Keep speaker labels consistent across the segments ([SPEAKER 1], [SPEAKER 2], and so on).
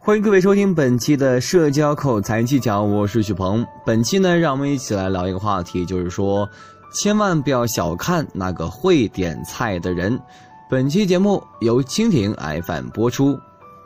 [SPEAKER 1] 欢迎各位收听本期的社交口才技巧，我是许鹏。本期呢，让我们一起来聊一个话题，就是说千万不要小看那个会点菜的人。本期节目由蜻蜓 FM 播出。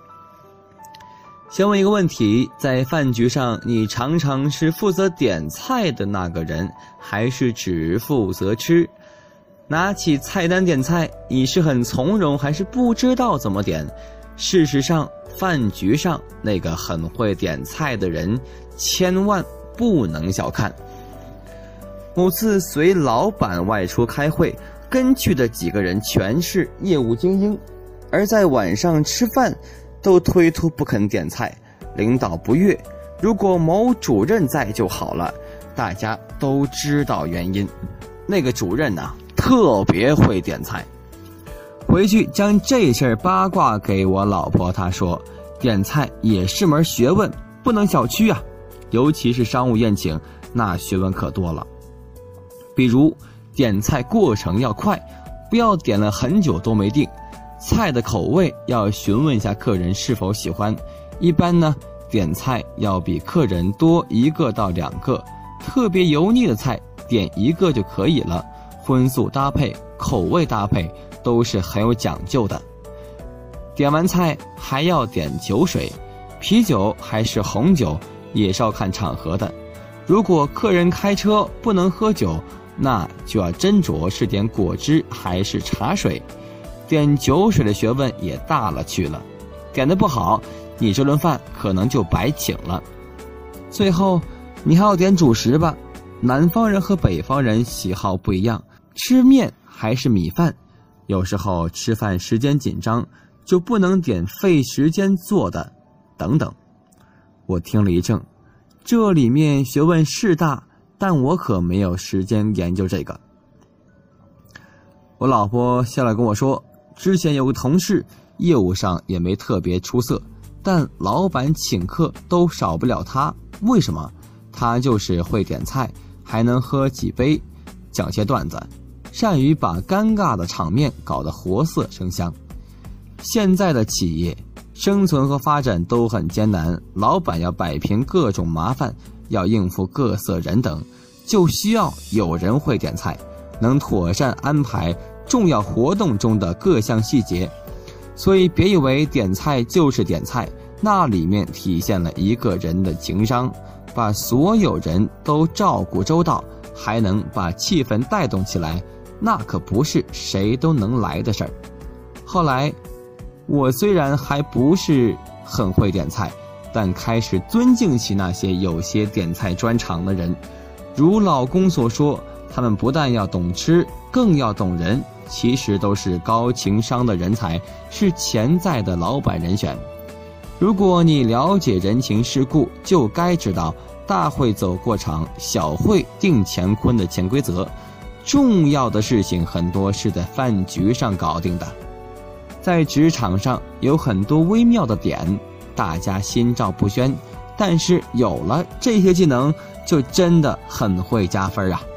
[SPEAKER 1] 先问一个问题，在饭局上，你常常是负责点菜的那个人，还是只负责吃？拿起菜单点菜，你是很从容，还是不知道怎么点？事实上，饭局上那个很会点菜的人，千万不能小看。某次随老板外出开会，跟去的几个人全是业务精英，而在晚上吃饭都推脱不肯点菜。领导不悦，如果某主任在就好了。大家都知道原因，那个主任特别会点菜。回去将这事儿八卦给我老婆，她说点菜也是门学问，不能小觑啊，尤其是商务宴请，那学问可多了。比如点菜过程要快，不要点了很久都没定。菜的口味要询问一下客人是否喜欢，一般呢点菜要比客人多1个到2个，特别油腻的菜点1个就可以了。荤素搭配、口味搭配都是很有讲究的。点完菜还要点酒水，啤酒还是红酒也是要看场合的。如果客人开车不能喝酒，那就要斟酌是点果汁还是茶水。点酒水的学问也大了去了，点得不好，你这顿饭可能就白请了。最后你还要点主食吧，南方人和北方人喜好不一样，吃面还是米饭，有时候吃饭时间紧张，就不能点费时间做的等等。我听了一怔，这里面学问是大，但我可没有时间研究这个。我老婆笑了跟我说，之前有个同事业务上也没特别出色，但老板请客都少不了他。为什么？他就是会点菜，还能喝几杯，讲些段子，善于把尴尬的场面搞得活色生香。现在的企业生存和发展都很艰难，老板要摆平各种麻烦，要应付各色人等，就需要有人会点菜，能妥善安排重要活动中的各项细节。所以别以为点菜就是点菜，那里面体现了一个人的情商，把所有人都照顾周到，还能把气氛带动起来，那可不是谁都能来的事儿。后来我虽然还不是很会点菜，但开始尊敬起那些有些点菜专长的人。如老公所说，他们不但要懂吃，更要懂人，其实都是高情商的人才，是潜在的老板人选。如果你了解人情世故，就该知道大会走过场，小会定乾坤的潜规则。重要的事情很多是在饭局上搞定的。在职场上有很多微妙的点，大家心照不宣，但是有了这些技能，就真的很会加分啊。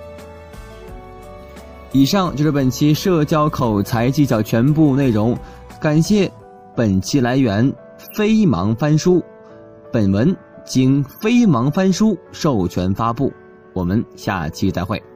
[SPEAKER 1] 以上就是本期社交口才技巧全部内容，感谢本期来源飞芒翻书，本文经飞芒翻书授权发布，我们下期再会。